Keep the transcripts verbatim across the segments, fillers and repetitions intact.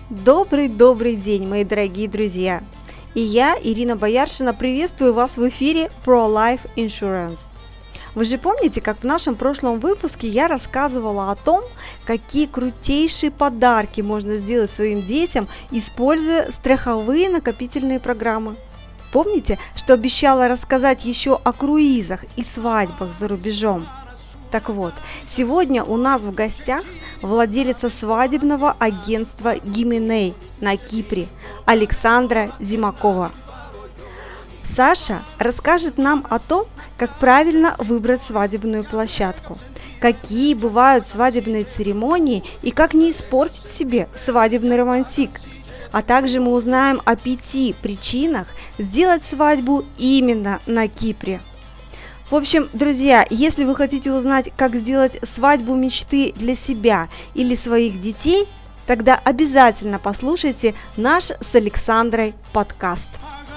Добрый-добрый день, мои дорогие друзья! И я, Ирина Бояршина, приветствую вас в эфире Pro Life Insurance. Вы же помните, как в нашем прошлом выпуске я рассказывала о том, какие крутейшие подарки можно сделать своим детям, используя страховые накопительные программы. Помните, что обещала рассказать еще о круизах и свадьбах за рубежом? Так вот, сегодня у нас в гостях владелица свадебного агентства Гименей на Кипре Александра Зимакова. Саша расскажет нам о том, как правильно выбрать свадебную площадку, какие бывают свадебные церемонии и как не испортить себе свадебный романтик. А также мы узнаем о пяти причинах сделать свадьбу именно на Кипре. В общем, друзья, если вы хотите узнать, как сделать свадьбу мечты для себя или своих детей, тогда обязательно послушайте наш с Александрой подкаст.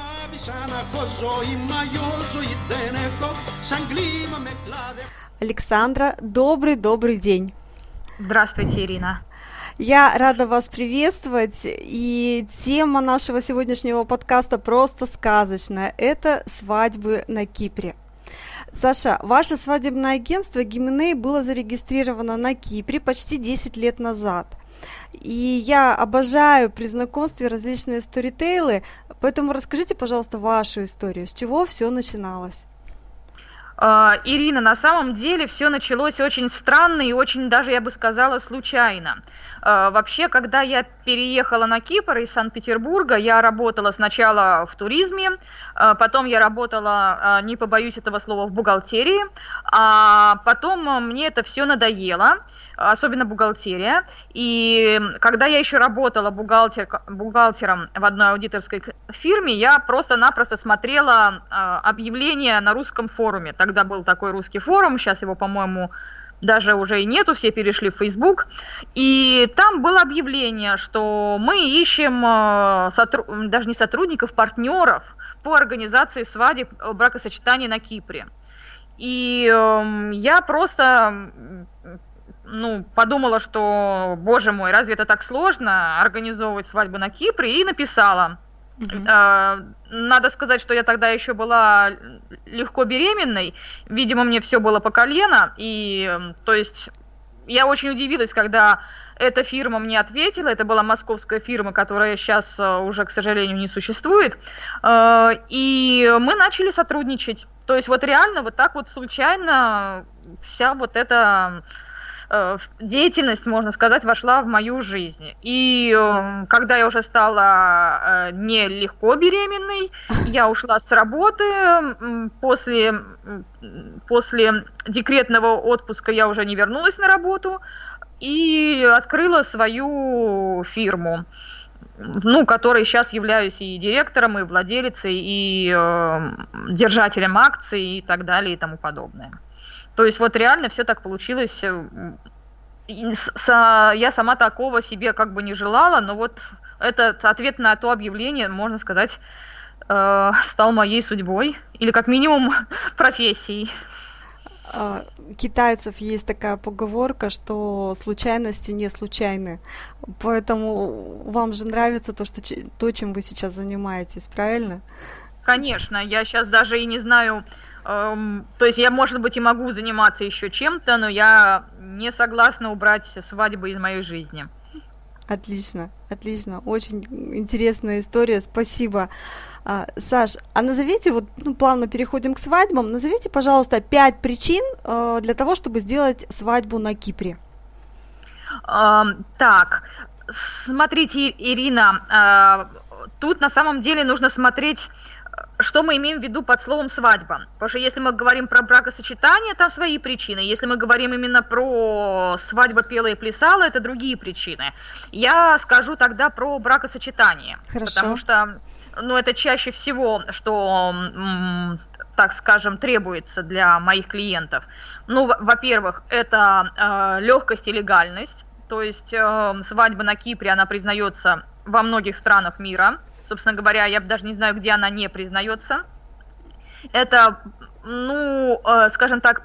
Александра, добрый-добрый день. Здравствуйте, Ирина. Я рада вас приветствовать, и тема нашего сегодняшнего подкаста просто сказочная. Это свадьбы на Кипре. Саша, ваше свадебное агентство Гименей было зарегистрировано на Кипре почти десять лет назад. И я обожаю при знакомстве различные сторитейлы, поэтому расскажите, пожалуйста, вашу историю, с чего все начиналось. Ирина, на самом деле все началось очень странно и очень даже, я бы сказала, случайно. Вообще, когда я переехала на Кипр из Санкт-Петербурга, я работала сначала в туризме, потом я работала, не побоюсь этого слова, в бухгалтерии, а потом мне это все надоело, особенно бухгалтерия. И когда я еще работала бухгалтер, бухгалтером в одной аудиторской фирме, я просто-напросто смотрела объявления на русском форуме. Тогда был такой русский форум, сейчас его, по-моему, даже уже и нету, все перешли в Facebook, и там было объявление, что мы ищем сотруд... даже не сотрудников, партнеров по организации свадеб, бракосочетаний на Кипре. И э, я просто ну, подумала, что, боже мой, разве это так сложно организовывать свадьбу на Кипре, и написала. Uh-huh. Надо сказать, что я тогда еще была легко беременной, видимо, мне все было по колено, и, то есть, я очень удивилась, когда эта фирма мне ответила, это была московская фирма, которая сейчас уже, к сожалению, не существует, и мы начали сотрудничать, то есть, вот реально, вот так вот случайно вся вот эта деятельность, можно сказать, вошла в мою жизнь. И э, когда я уже стала э, нелегко беременной, я ушла с работы. После, после декретного отпуска я уже не вернулась на работу и открыла свою фирму, ну, которой сейчас являюсь и директором, и владелицей, и э, держателем акций, и так далее, и тому подобное. То есть вот реально все так получилось. Я сама такого себе как бы не желала, но вот этот ответ на то объявление, можно сказать, стал моей судьбой или как минимум профессией. У китайцев есть такая поговорка, что случайности не случайны. Поэтому вам же нравится то, что, то, чем вы сейчас занимаетесь, правильно? Конечно, я сейчас даже и не знаю... Um, то есть я, может быть, и могу заниматься еще чем-то, но я не согласна убрать свадьбы из моей жизни. Отлично, отлично. Очень интересная история, спасибо. А, Саш, а назовите, вот ну, плавно переходим к свадьбам, назовите, пожалуйста, пять причин э, для того, чтобы сделать свадьбу на Кипре. Uh, так, смотрите, Ирина, uh, тут на самом деле нужно смотреть... Что мы имеем в виду под словом свадьба? Потому что если мы говорим про бракосочетание, там свои причины. Если мы говорим именно про свадьба пела и плясала, это другие причины. Я скажу тогда про бракосочетание. Хорошо. Потому что ну, это чаще всего, что, так скажем, требуется для моих клиентов. Ну, во-первых, это э, легкость и легальность. То есть э, свадьба на Кипре, она признается во многих странах мира. Собственно говоря, я даже не знаю, где она не признается. Это, ну, э, скажем так,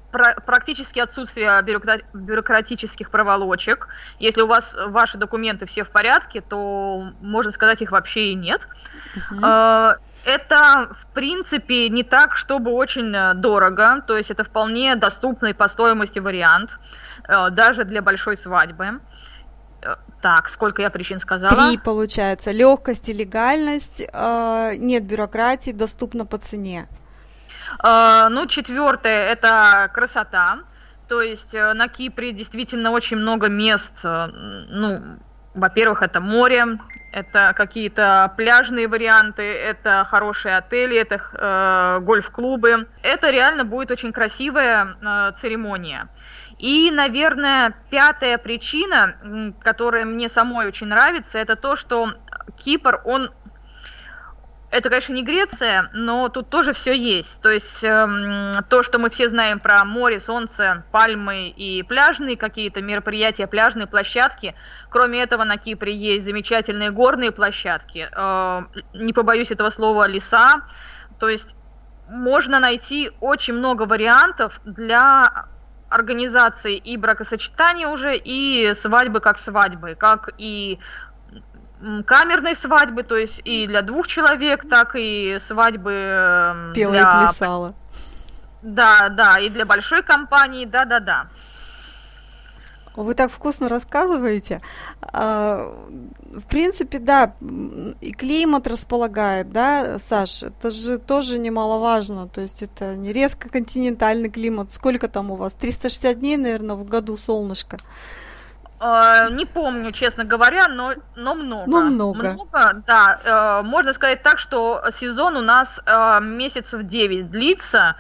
практически отсутствие бюрократических проволочек. Если у вас ваши документы все в порядке, то, можно сказать, их вообще и нет. Uh-huh. Это, в принципе, не так, чтобы очень дорого, то есть это вполне доступный по стоимости вариант, даже для большой свадьбы. Так, сколько я причин сказала? Три, получается. Легкость и легальность, нет бюрократии, доступно по цене. Ну, четвертое – это красота. То есть на Кипре действительно очень много мест. Ну, во-первых, это море, это какие-то пляжные варианты, это хорошие отели, это э, гольф-клубы. Это реально будет очень красивая э, церемония. И, наверное, пятая причина, которая мне самой очень нравится, это то, что Кипр, он... Это, конечно, не Греция, но тут тоже все есть. То есть э, то, что мы все знаем про море, солнце, пальмы и пляжные какие-то мероприятия, пляжные площадки. Кроме этого, на Кипре есть замечательные горные площадки. Э, не побоюсь этого слова, леса. То есть можно найти очень много вариантов для организации и бракосочетания уже, и свадьбы как свадьбы, как и камерной свадьбы, то есть и для двух человек, так и свадьбы пела для... и плясала. Да, да, и для большой компании, да-да-да. Вы так вкусно рассказываете. В принципе, да, и климат располагает, да, Саш, это же тоже немаловажно, то есть это не резко континентальный климат. Сколько там у вас? триста шестьдесят дней, наверное, в году солнышко. Не помню, честно говоря, но, но много. Ну, много. Много, да. Можно сказать так, что сезон у нас месяцев девять длится,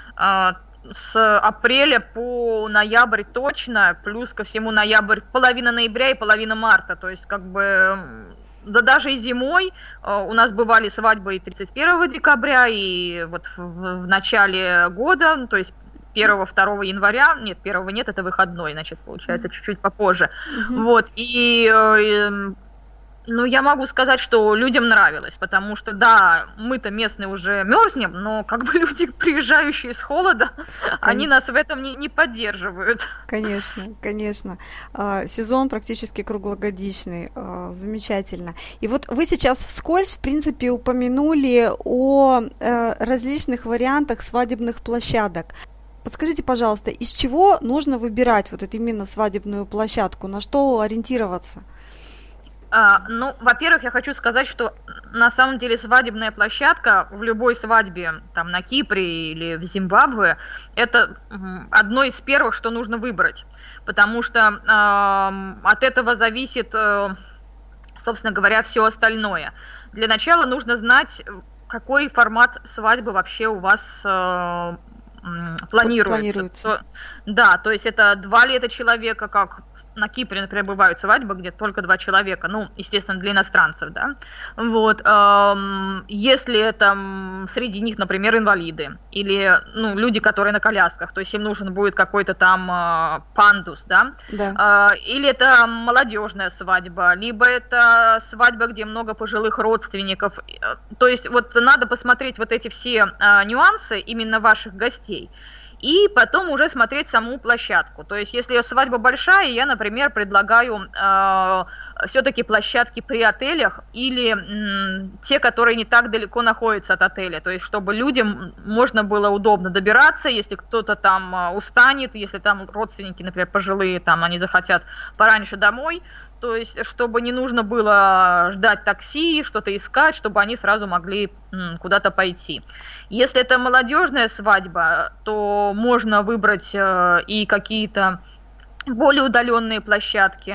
с апреля по ноябрь точно, плюс ко всему ноябрь, половина ноября и половина марта, то есть как бы... Да даже и зимой у нас бывали свадьбы и тридцать первого декабря, и вот в, в начале года, то есть первого-второго января, нет, первого нет, это выходной, значит, получается, mm-hmm. чуть-чуть попозже. Mm-hmm. Вот, и, и, ну, я могу сказать, что людям нравилось, потому что, да, мы-то местные уже мерзнем, но как бы люди, приезжающие с холода, конечно. Они нас в этом не, не поддерживают. Конечно, конечно. Сезон практически круглогодичный, замечательно. И вот вы сейчас вскользь, в принципе, упомянули о различных вариантах свадебных площадок. Подскажите, пожалуйста, из чего нужно выбирать вот эту именно свадебную площадку, на что ориентироваться? А, ну, во-первых, я хочу сказать, что на самом деле свадебная площадка в любой свадьбе, там, на Кипре или в Зимбабве, это одно из первых, что нужно выбрать, потому что э, от этого зависит, э, собственно говоря, все остальное. Для начала нужно знать, какой формат свадьбы вообще у вас э, планируется. планируется. Да, то есть это два ли это человека, как на Кипре, например, бывают свадьбы, где только два человека, ну, естественно, для иностранцев, да, вот, эм, если это среди них, например, инвалиды, или, ну, люди, которые на колясках, то есть им нужен будет какой-то там э, пандус, да, да. Э, или это молодежная свадьба, либо это свадьба, где много пожилых родственников, то есть вот надо посмотреть вот эти все э, нюансы именно ваших гостей, и потом уже смотреть саму площадку. То есть, если свадьба большая, я, например, предлагаю э, все-таки площадки при отелях или м, те, которые не так далеко находятся от отеля. То есть, чтобы людям можно было удобно добираться, если кто-то там э, устанет, если там родственники, например, пожилые, там они захотят пораньше домой. То есть, чтобы не нужно было ждать такси, что-то искать, чтобы они сразу могли м, куда-то пойти. Если это молодежная свадьба, то можно выбрать э, и какие-то более удаленные площадки.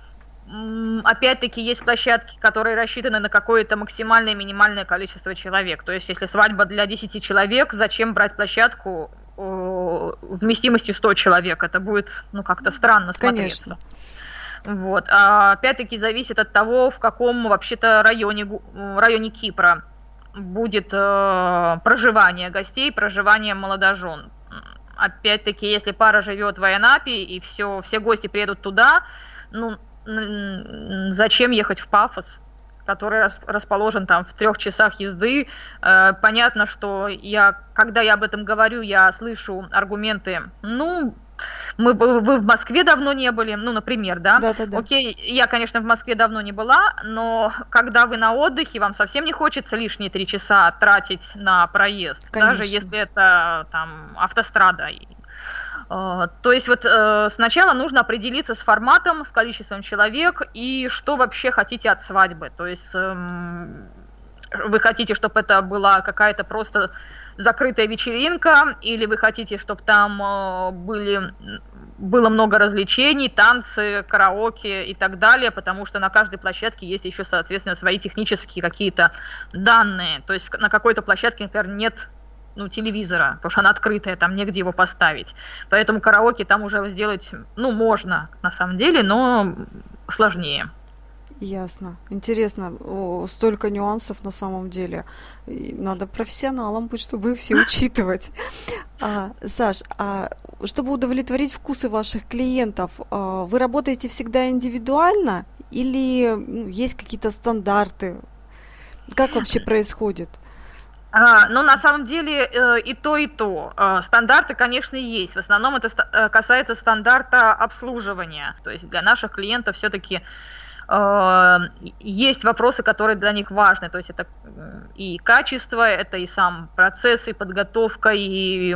М, опять-таки, есть площадки, которые рассчитаны на какое-то максимальное и минимальное количество человек. То есть, если свадьба для десяти человек, зачем брать площадку э, вместимостью сто человек? Это будет, ну, как-то странно смотреться. Конечно. Вот. А опять-таки зависит от того, в каком вообще-то районе, районе Кипра будет э, проживание гостей, проживание молодожен. Опять-таки, если пара живет в Айанапе и все, все гости приедут туда, ну, зачем ехать в Пафос? который рас, расположен там в трех часах езды. Э, понятно, что я, когда я об этом говорю, я слышу аргументы, ну, мы, вы в Москве давно не были, ну, например, да? Да, да, да. Окей, я, конечно, в Москве давно не была, но когда вы на отдыхе, вам совсем не хочется лишние три часа тратить на проезд, Конечно. даже если это там автострада. То есть вот э, сначала нужно определиться с форматом, с количеством человек и что вообще хотите от свадьбы. То есть э, вы хотите, чтобы это была какая-то просто закрытая вечеринка, или вы хотите, чтобы там э, были, было много развлечений, танцы, караоке и так далее, потому что на каждой площадке есть еще, соответственно, свои технические какие-то данные. То есть на какой-то площадке, например, нет ну, телевизора, потому что она открытая, там негде его поставить. Поэтому караоке там уже сделать, ну, можно, на самом деле, но сложнее. Ясно. Интересно. О, столько нюансов на самом деле. И надо профессионалом быть, чтобы их все учитывать. А, Саш, а чтобы удовлетворить вкусы ваших клиентов, а, вы работаете всегда индивидуально или ну, есть какие-то стандарты? Как вообще происходит? А, ну, на самом деле э, и то, и то. Э, стандарты, конечно, есть. В основном это ста- касается стандарта обслуживания. То есть для наших клиентов все-таки э, есть вопросы, которые для них важны. То есть это и качество, это и сам процесс, и подготовка, и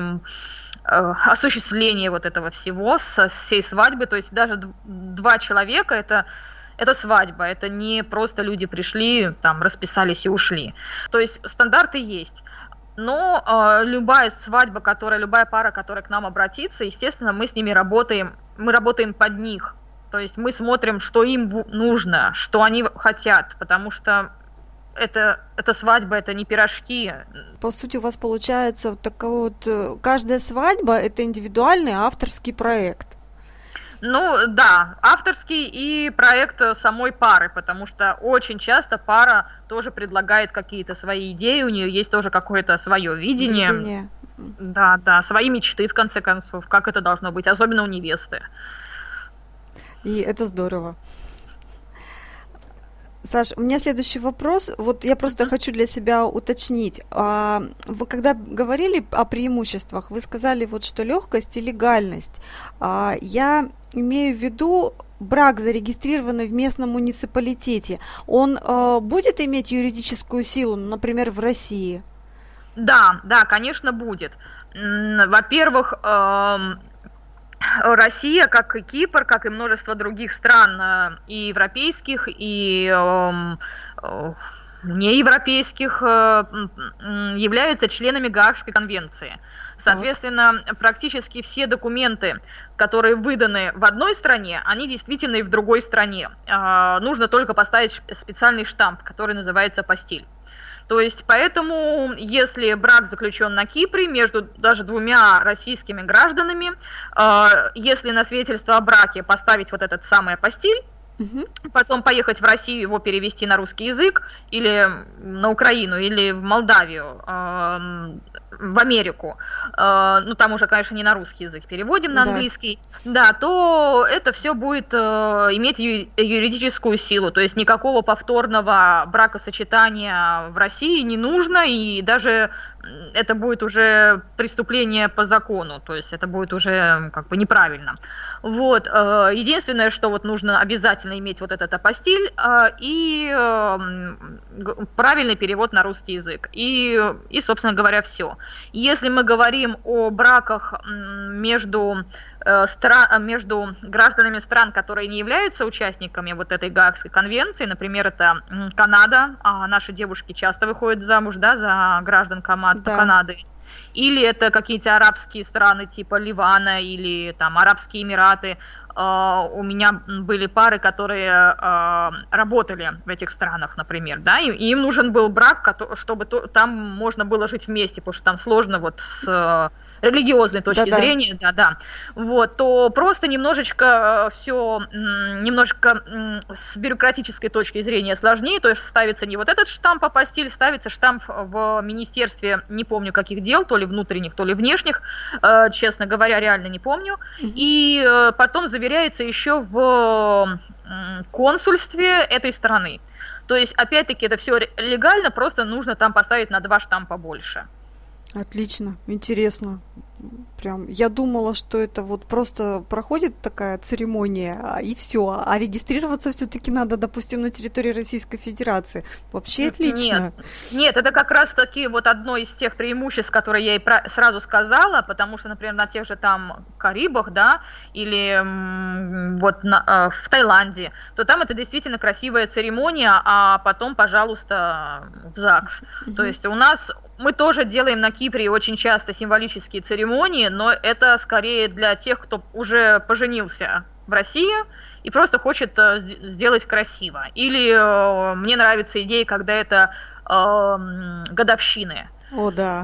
э, осуществление вот этого всего, со всей свадьбы. То есть даже д- два человека – это Это свадьба, это не просто люди пришли, там, расписались и ушли. То есть стандарты есть. Но э, любая свадьба, которая, любая пара, которая к нам обратится, естественно, мы с ними работаем, мы работаем под них. То есть мы смотрим, что им нужно, что они хотят, потому что это, это свадьба, это не пирожки. По сути, у вас получается вот такой вот, каждая свадьба – это индивидуальный авторский проект. Ну да, авторский и проект самой пары, потому что очень часто пара тоже предлагает какие-то свои идеи, у нее есть тоже какое-то свое видение. Видение. Да, да, свои мечты, в конце концов, как это должно быть, особенно у невесты. И это здорово. Саш, у меня следующий вопрос. Вот я просто mm-hmm. хочу для себя уточнить. А, вы когда говорили о преимуществах, вы сказали, вот, что легкость и легальность. А, я имею в виду брак, зарегистрированный в местном муниципалитете. Он а, будет иметь юридическую силу, например, в России? Да, да, конечно, будет. Во-первых, Россия, как и Кипр, как и множество других стран и европейских, и э, неевропейских, э, являются членами Гаагской конвенции. Соответственно, практически все документы, которые выданы в одной стране, они действительно и в другой стране. Э, нужно только поставить специальный штамп, который называется апостиль. То есть, поэтому, если брак заключен на Кипре между даже двумя российскими гражданами, э, если на свидетельство о браке поставить вот этот самый апостиль, угу. потом поехать в Россию, его перевести на русский язык, или на Украину, или в Молдавию, э, в Америку, э, ну там уже, конечно, не на русский язык переводим, на английский, да, да то это все будет э, иметь ю- юридическую силу, то есть никакого повторного бракосочетания в России не нужно, и даже это будет уже преступление по закону, то есть это будет уже как бы неправильно. Вот, э, единственное, что вот нужно обязательно иметь вот этот апостиль э, и э, правильный перевод на русский язык, и, и, собственно говоря, все. Если мы говорим о браках между, э, стра- между гражданами стран, которые не являются участниками вот этой Гаагской конвенции, например, это Канада, а наши девушки часто выходят замуж, да, за граждан Кама- да. Канады, или это какие-то арабские страны типа Ливана или там Арабские Эмираты. Uh, у меня были пары, которые uh, работали в этих странах, например, да, и, и им нужен был брак, чтобы то, там можно было жить вместе, потому что там сложно вот с uh, религиозной точки Да-да. зрения, да-да, вот, то просто немножечко uh, все, um, немножко um, с бюрократической точки зрения сложнее, то есть ставится не вот этот штамп апостиль, ставится штамп в министерстве, не помню каких дел, то ли внутренних, то ли внешних, uh, честно говоря, реально не помню, mm-hmm. и uh, потом заверяется еще в консульстве этой страны. То есть, опять-таки, это все легально, просто нужно там поставить на два штампа больше. Отлично, интересно. Прям, я думала, что это вот просто проходит такая церемония, и все. А регистрироваться все-таки надо, допустим, на территории Российской Федерации. Вообще отлично. Нет, нет, это как раз-таки вот одно из тех преимуществ, которые я и про- сразу сказала, потому что, например, на тех же там Карибах, да, или м, вот на, э, в Таиланде, то там это действительно красивая церемония, а потом, пожалуйста, в ЗАГС. Mm-hmm. То есть у нас, мы тоже делаем на Кипре очень часто символические церемонии, но это скорее для тех, кто уже поженился в России и просто хочет э, сделать красиво. Или э, мне нравится идея, когда это э, годовщины. О, да.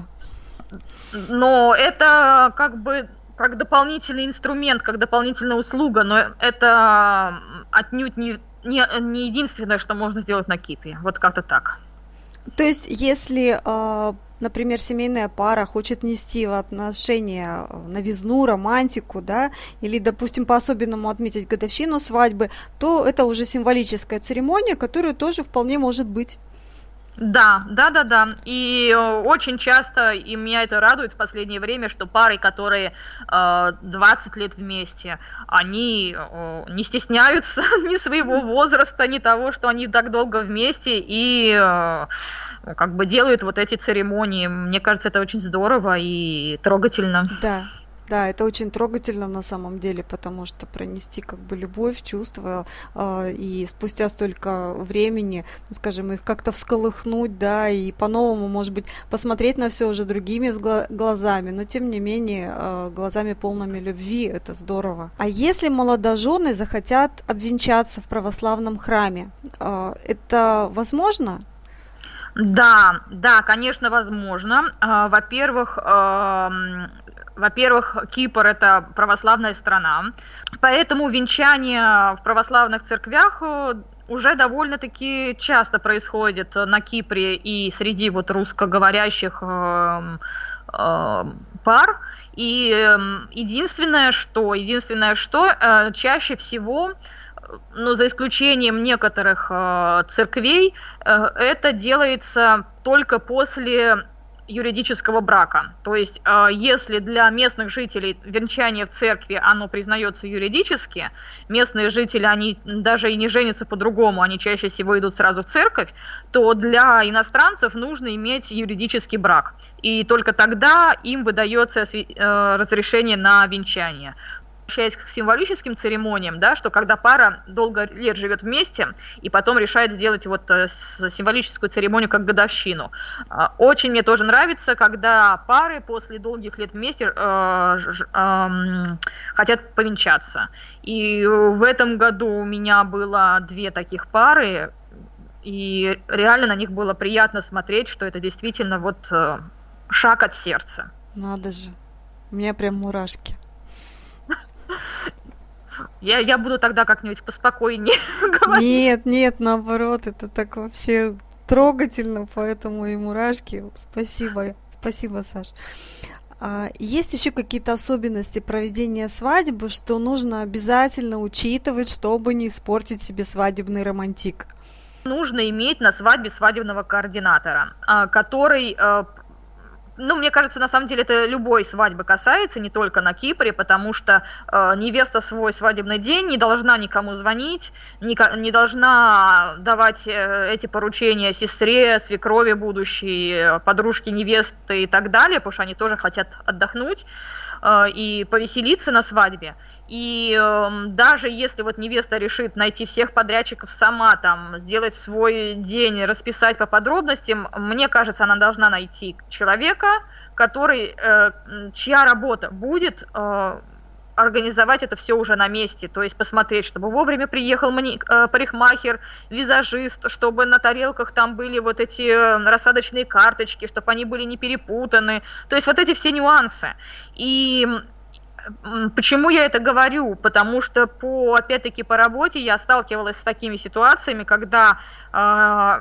Но это как бы как дополнительный инструмент, как дополнительная услуга, но это отнюдь не, не, не единственное, что можно сделать на Кипре. Вот как-то так. То есть, если... Э... например, семейная пара хочет нести в отношения новизну, романтику, да, или, допустим, по-особенному отметить годовщину свадьбы, то это уже символическая церемония, которая тоже вполне может быть. Да, да, да, да. И очень часто, и меня это радует в последнее время, что пары, которые э, двадцать лет вместе, они э, не стесняются ни своего возраста, ни того, что они так долго вместе, и э, как бы делают вот эти церемонии. Мне кажется, это очень здорово и трогательно. Да. Да, это очень трогательно на самом деле, потому что пронести как бы любовь, чувства, э, и спустя столько времени, ну, скажем, их как-то всколыхнуть, да, и по-новому, может быть, посмотреть на все уже другими глазами, но тем не менее э, глазами полными любви, это здорово. А если молодожены захотят обвенчаться в православном храме, э, это возможно? Да, да, конечно, возможно. Э, во-первых, э, Во-первых, Кипр – это православная страна, поэтому венчание в православных церквях уже довольно-таки часто происходит на Кипре и среди вот русскоговорящих э, э, пар. И э, единственное, что, единственное, что э, чаще всего, ну, за исключением некоторых э, церквей, э, это делается только после юридического брака. То есть, э, если для местных жителей венчание в церкви, оно признается юридически, местные жители, они даже и не женятся по-другому, они чаще всего идут сразу в церковь, то для иностранцев нужно иметь юридический брак. И только тогда им выдается э, разрешение на венчание. Возвращаясь к символическим церемониям, да, что когда пара долго лет живет вместе и потом решает сделать вот символическую церемонию как годовщину. Очень мне тоже нравится, когда пары после долгих лет вместе э, э, хотят повенчаться. И в этом году у меня было две таких пары, и реально на них было приятно смотреть, что это действительно вот э, шаг от сердца. Надо же, у меня прям мурашки. Я, я буду тогда как-нибудь поспокойнее говорить. Нет, нет, наоборот, это так вообще трогательно, поэтому и мурашки. Спасибо, спасибо, Саш. А, есть еще какие-то особенности проведения свадьбы, что нужно обязательно учитывать, чтобы не испортить себе свадебный романтик? Нужно иметь на свадьбе свадебного координатора, который... Ну, мне кажется, на самом деле это любой свадьбы касается, не только на Кипре, потому что э, невеста свой свадебный день не должна никому звонить, не, не должна давать э, эти поручения сестре, свекрови будущей, подружке невесты и так далее, потому что они тоже хотят отдохнуть э, и повеселиться на свадьбе. И э, даже если вот невеста решит найти всех подрядчиков сама, там, сделать свой день, расписать по подробностям, мне кажется, она должна найти человека, который, э, чья работа будет э, организовать это все уже на месте, то есть посмотреть, чтобы вовремя приехал мани- э, парикмахер, визажист, чтобы на тарелках там были вот эти рассадочные карточки, чтобы они были не перепутаны, то есть вот эти все нюансы. И почему я это говорю? Потому что, по, опять-таки, по работе я сталкивалась с такими ситуациями, когда э,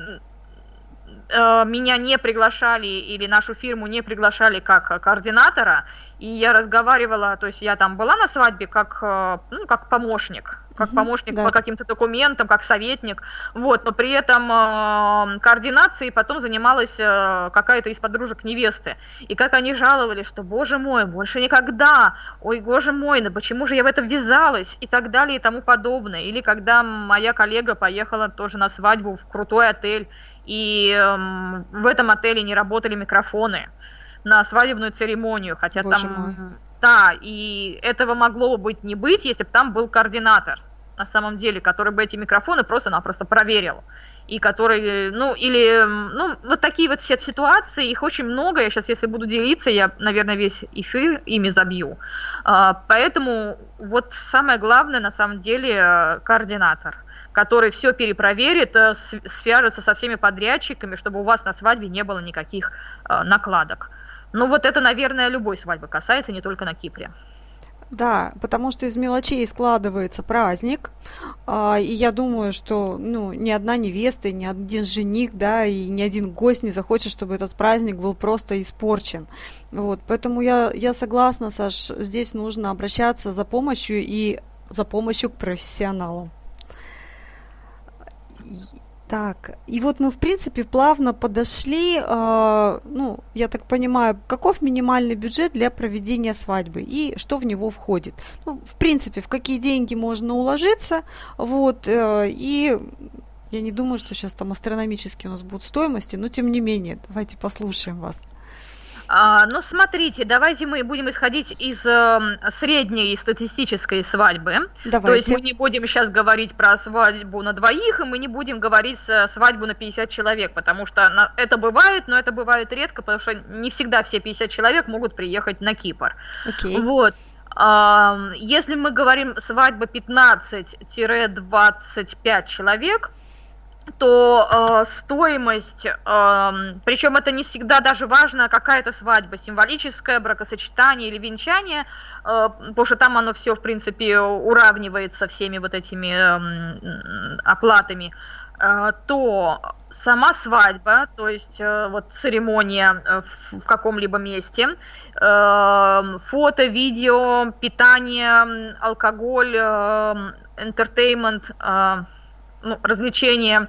э, меня не приглашали или нашу фирму не приглашали как координатора, и я разговаривала, то есть я там была на свадьбе как, ну, как помощник, как Мгм, помощник да. по каким-то документам, как советник, вот, но при этом э, координацией потом занималась э, какая-то из подружек невесты. И как они жаловались, что, боже мой, больше никогда, ой, боже мой, ну почему же я в это ввязалась, и так далее, и тому подобное. Или когда моя коллега поехала тоже на свадьбу в крутой отель, и эм, в этом отеле не работали микрофоны на свадебную церемонию, хотя Боже мой. там, да, и этого могло быть не быть, если бы там был координатор, на самом деле, который бы эти микрофоны просто-напросто проверил, и который, ну, или, ну, вот такие вот все ситуации, их очень много, я сейчас, если буду делиться, я, наверное, весь эфир ими забью, а, поэтому вот самое главное, на самом деле, координатор, который все перепроверит, э, с- свяжется со всеми подрядчиками, чтобы у вас на свадьбе не было никаких э, накладок. Ну вот это, наверное, любой свадьбы касается, не только на Кипре. Да, потому что из мелочей складывается праздник, а, и я думаю, что ну, ни одна невеста, ни один жених, да, и ни один гость не захочет, чтобы этот праздник был просто испорчен. Вот, поэтому я, я согласна, Саш, здесь нужно обращаться за помощью и за помощью к профессионалам. И- Так, и вот мы, в принципе, плавно подошли, а, ну, я так понимаю, каков минимальный бюджет для проведения свадьбы и что в него входит. Ну, в принципе, в какие деньги можно уложиться, вот, э, и я не думаю, что сейчас там астрономические у нас будут стоимости, но тем не менее, давайте послушаем вас. А, ну, смотрите, давайте мы будем исходить из эм, средней статистической свадьбы. То есть мы Давайте. не будем сейчас говорить про свадьбу на двоих, и мы не будем говорить э, свадьбу на пятьдесят человек, потому что на- это бывает, но это бывает редко, потому что не всегда все пятьдесят человек могут приехать на Кипр. Окей. Вот. Ам, Если мы говорим свадьба пятнадцать-двадцать пять человек, то э, стоимость, причем это не всегда даже важно, какая это свадьба, символическое бракосочетание или венчание, э, потому что там оно все, в принципе, уравнивается всеми вот этими эм, оплатами, э, то сама свадьба, то есть э, вот церемония э, в, в каком-либо месте, э, фото, видео, питание, алкоголь, entertainment, э, ну, развлечения,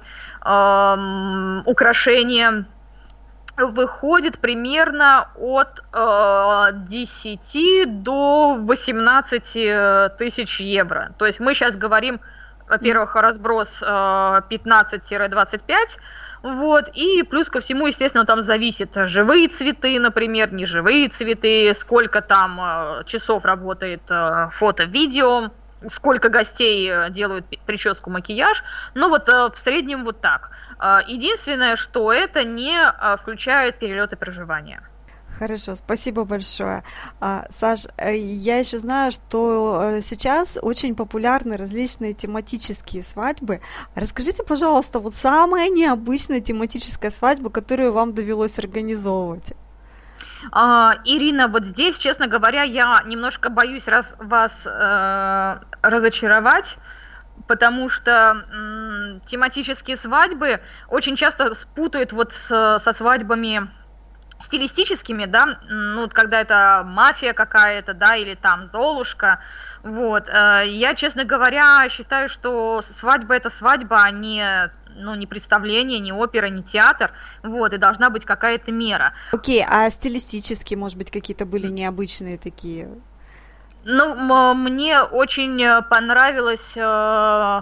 эм, украшения, выходит примерно от э, десяти до восемнадцати тысяч евро. То есть мы сейчас говорим, во-первых, разброс э, пятнадцать-двадцать пять, вот, и плюс ко всему, естественно, там зависит живые цветы, например, неживые цветы, сколько там э, часов работает э, фото-видео, сколько гостей э, делают пи- прическу, макияж, но вот э, в среднем вот так. Э, Единственное, что это не э, включает перелеты проживания. Хорошо, спасибо большое. А, Саш, э, я еще знаю, что э, сейчас очень популярны различные тематические свадьбы. Расскажите, пожалуйста, вот самая необычная тематическая свадьба, которую вам довелось организовывать. А, Ирина, вот здесь, честно говоря, я немножко боюсь раз вас э, разочаровать, потому что м, тематические свадьбы очень часто спутают вот с- со свадьбами стилистическими, да, ну, вот когда это мафия какая-то, да, или там Золушка, вот, э, я, честно говоря, считаю, что свадьба это свадьба, а не, ну, не представление, не опера, не театр, вот, и должна быть какая-то мера. Окей, а стилистически, может быть, какие-то были необычные такие? Ну, м- мне очень э, понравилось, э,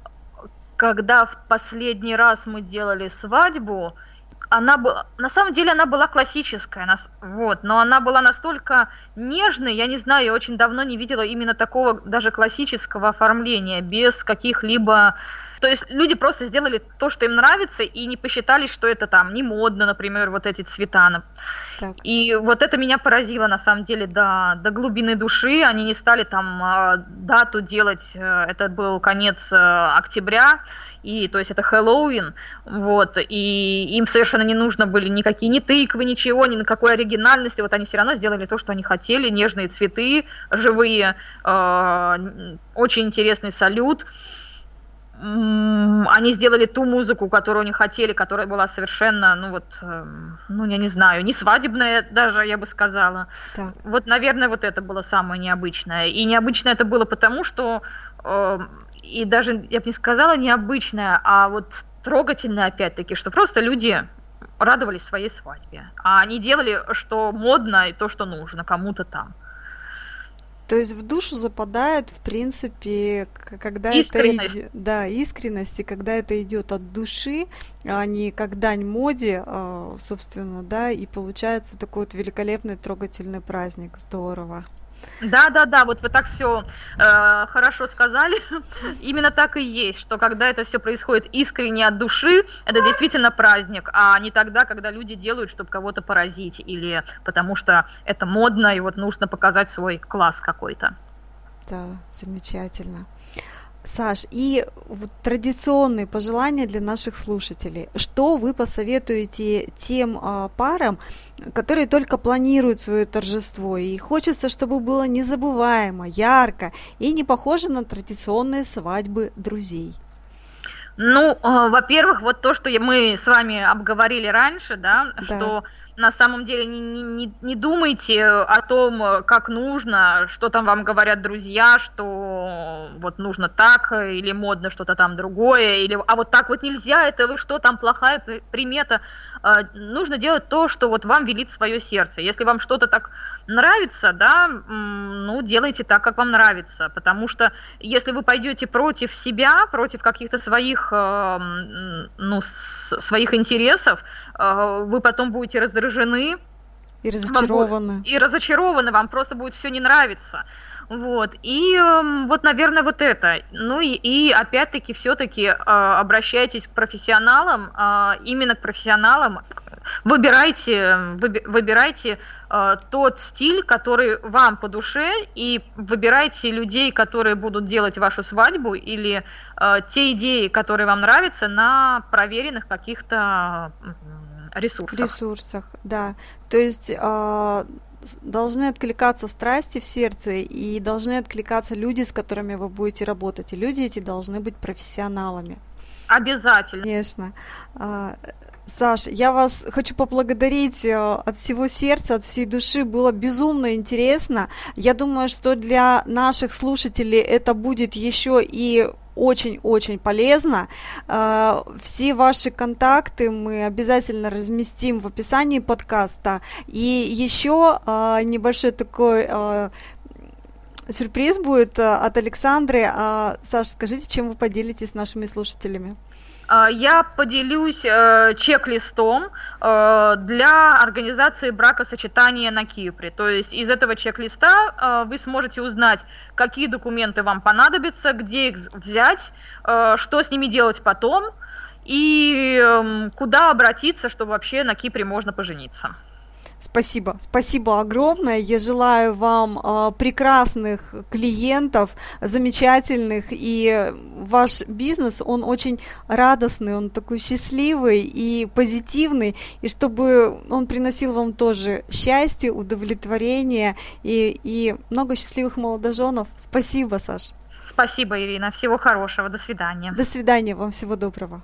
когда в последний раз мы делали свадьбу, она была, на самом деле она была классическая, нас- вот, но она была настолько нежной, я не знаю, я очень давно не видела именно такого даже классического оформления, без каких-либо... То есть люди просто сделали то, что им нравится, и не посчитали, что это там не модно, например, вот эти цвета. Так. И вот это меня поразило, на самом деле, до, до глубины души. Они не стали там э, дату делать, э, это был конец э, октября, и, то есть это Хэллоуин, вот, и им совершенно не нужно были никакие ни тыквы, ничего, ни на какой оригинальности, вот они все равно сделали то, что они хотели, нежные цветы, живые, э, очень интересный салют. М, Они сделали ту музыку, которую они хотели, которая была совершенно, ну вот, эм, ну я не знаю, не свадебная даже, я бы сказала. Так. Вот, наверное, вот это было самое необычное. И необычно это было потому, что э, и даже, я бы не сказала необычное, а вот трогательное опять-таки, что просто люди радовались своей свадьбе, а они делали, что модно и то, что нужно кому-то там. То есть в душу западает, в принципе, когда Искренность. это иде- да, искренность, и когда это идет от души, а не как дань моде, а, собственно, да, и получается такой вот великолепный, трогательный праздник. Здорово. Да, да, да, вот вы так все хорошо сказали. Именно так и есть, что когда это все происходит искренне от души, это действительно праздник, а не тогда, когда люди делают, чтобы кого-то поразить, или потому что это модно, и вот нужно показать свой класс какой-то. Да, замечательно. Саш, и вот традиционные пожелания для наших слушателей. Что вы посоветуете тем а, парам, которые только планируют свое торжество, и хочется, чтобы было незабываемо, ярко и не похоже на традиционные свадьбы друзей? Ну, э, во-первых, вот то, что я- мы с вами обговорили раньше, да, Да. что на самом деле не, не, не, не думайте о том, э, как нужно, что там вам говорят друзья, что вот нужно так, э, или модно что-то там другое, или а вот так вот нельзя, это вы что, там плохая при- примета. Э, Нужно делать то, что вот вам велит свое сердце. Если вам что-то так нравится, да, м, ну, делайте так, как вам нравится, потому что если вы пойдете против себя, против каких-то своих, э, м, ну, с- своих интересов, э, вы потом будете раздражены, И вам бу- разочарованы. и разочарованы, вам просто будет все не нравиться. Вот, и эм, вот, наверное, вот это. Ну и, и опять-таки все-таки обращайтесь к профессионалам, э, именно к профессионалам. Выбирайте, выби- выбирайте э, тот стиль, который вам по душе, и выбирайте людей, которые будут делать вашу свадьбу, или э, те идеи, которые вам нравятся, на проверенных каких-то м, ресурсах. Ресурсах, да. То есть а, с- должны откликаться страсти в сердце и должны откликаться люди, с которыми вы будете работать. И люди эти должны быть профессионалами. Обязательно. Конечно. А, Саш, я вас хочу поблагодарить э, от всего сердца, от всей души. Было безумно интересно. Я думаю, что для наших слушателей это будет еще и очень-очень полезно. Э, Все ваши контакты мы обязательно разместим в описании подкаста. И еще э, небольшой такой э, сюрприз будет э, от Александры. А, Саш, скажите, чем вы поделитесь с нашими слушателями? А, Я поделюсь э, чек-листом э, для организации бракосочетания на Кипре. То есть из этого чек-листа э, вы сможете узнать, какие документы вам понадобятся, где их взять, э, что с ними делать потом и эм, куда обратиться, чтобы вообще на Кипре можно пожениться. Спасибо, спасибо огромное. Я желаю вам э, прекрасных клиентов, замечательных, и ваш бизнес, он очень радостный, он такой счастливый и позитивный, и чтобы он приносил вам тоже счастье, удовлетворение и, и много счастливых молодоженов. Спасибо, Саш. Спасибо, Ирина. Всего хорошего. До свидания. До свидания, вам всего доброго.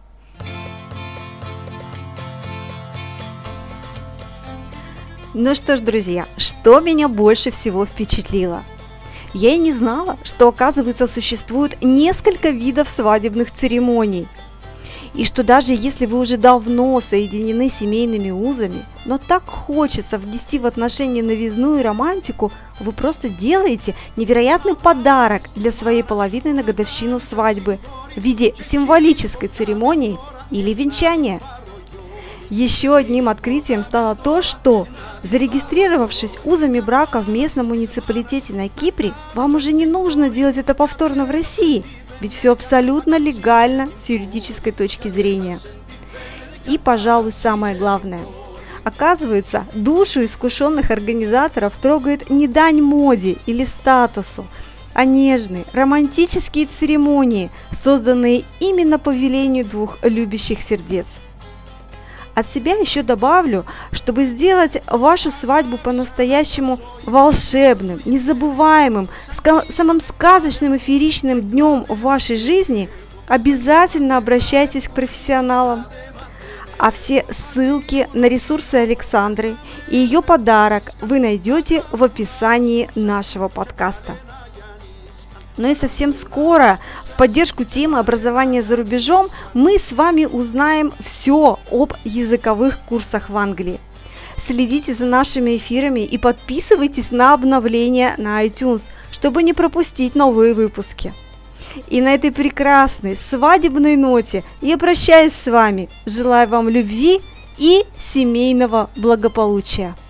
Ну что ж, друзья, что меня больше всего впечатлило? Я и не знала, что, оказывается, существует несколько видов свадебных церемоний. И что даже если вы уже давно соединены семейными узами, но так хочется внести в отношения новизну и романтику, вы просто делаете невероятный подарок для своей половины на годовщину свадьбы в виде символической церемонии или венчания. Еще одним открытием стало то, что, зарегистрировавшись узами брака в местном муниципалитете на Кипре, вам уже не нужно делать это повторно в России, ведь все абсолютно легально с юридической точки зрения. И, пожалуй, самое главное. Оказывается, душу искушенных организаторов трогает не дань моде или статусу, а нежные, романтические церемонии, созданные именно по велению двух любящих сердец. От себя еще добавлю, чтобы сделать вашу свадьбу по-настоящему волшебным, незабываемым, ска- самым сказочным и фееричным днем в вашей жизни, обязательно обращайтесь к профессионалам. А все ссылки на ресурсы Александры и ее подарок вы найдете в описании нашего подкаста. Ну и совсем скоро, в поддержку темы образования за рубежом мы с вами узнаем все об языковых курсах в Англии. Следите за нашими эфирами и подписывайтесь на обновления на iTunes, чтобы не пропустить новые выпуски. И на этой прекрасной свадебной ноте я прощаюсь с вами, желаю вам любви и семейного благополучия.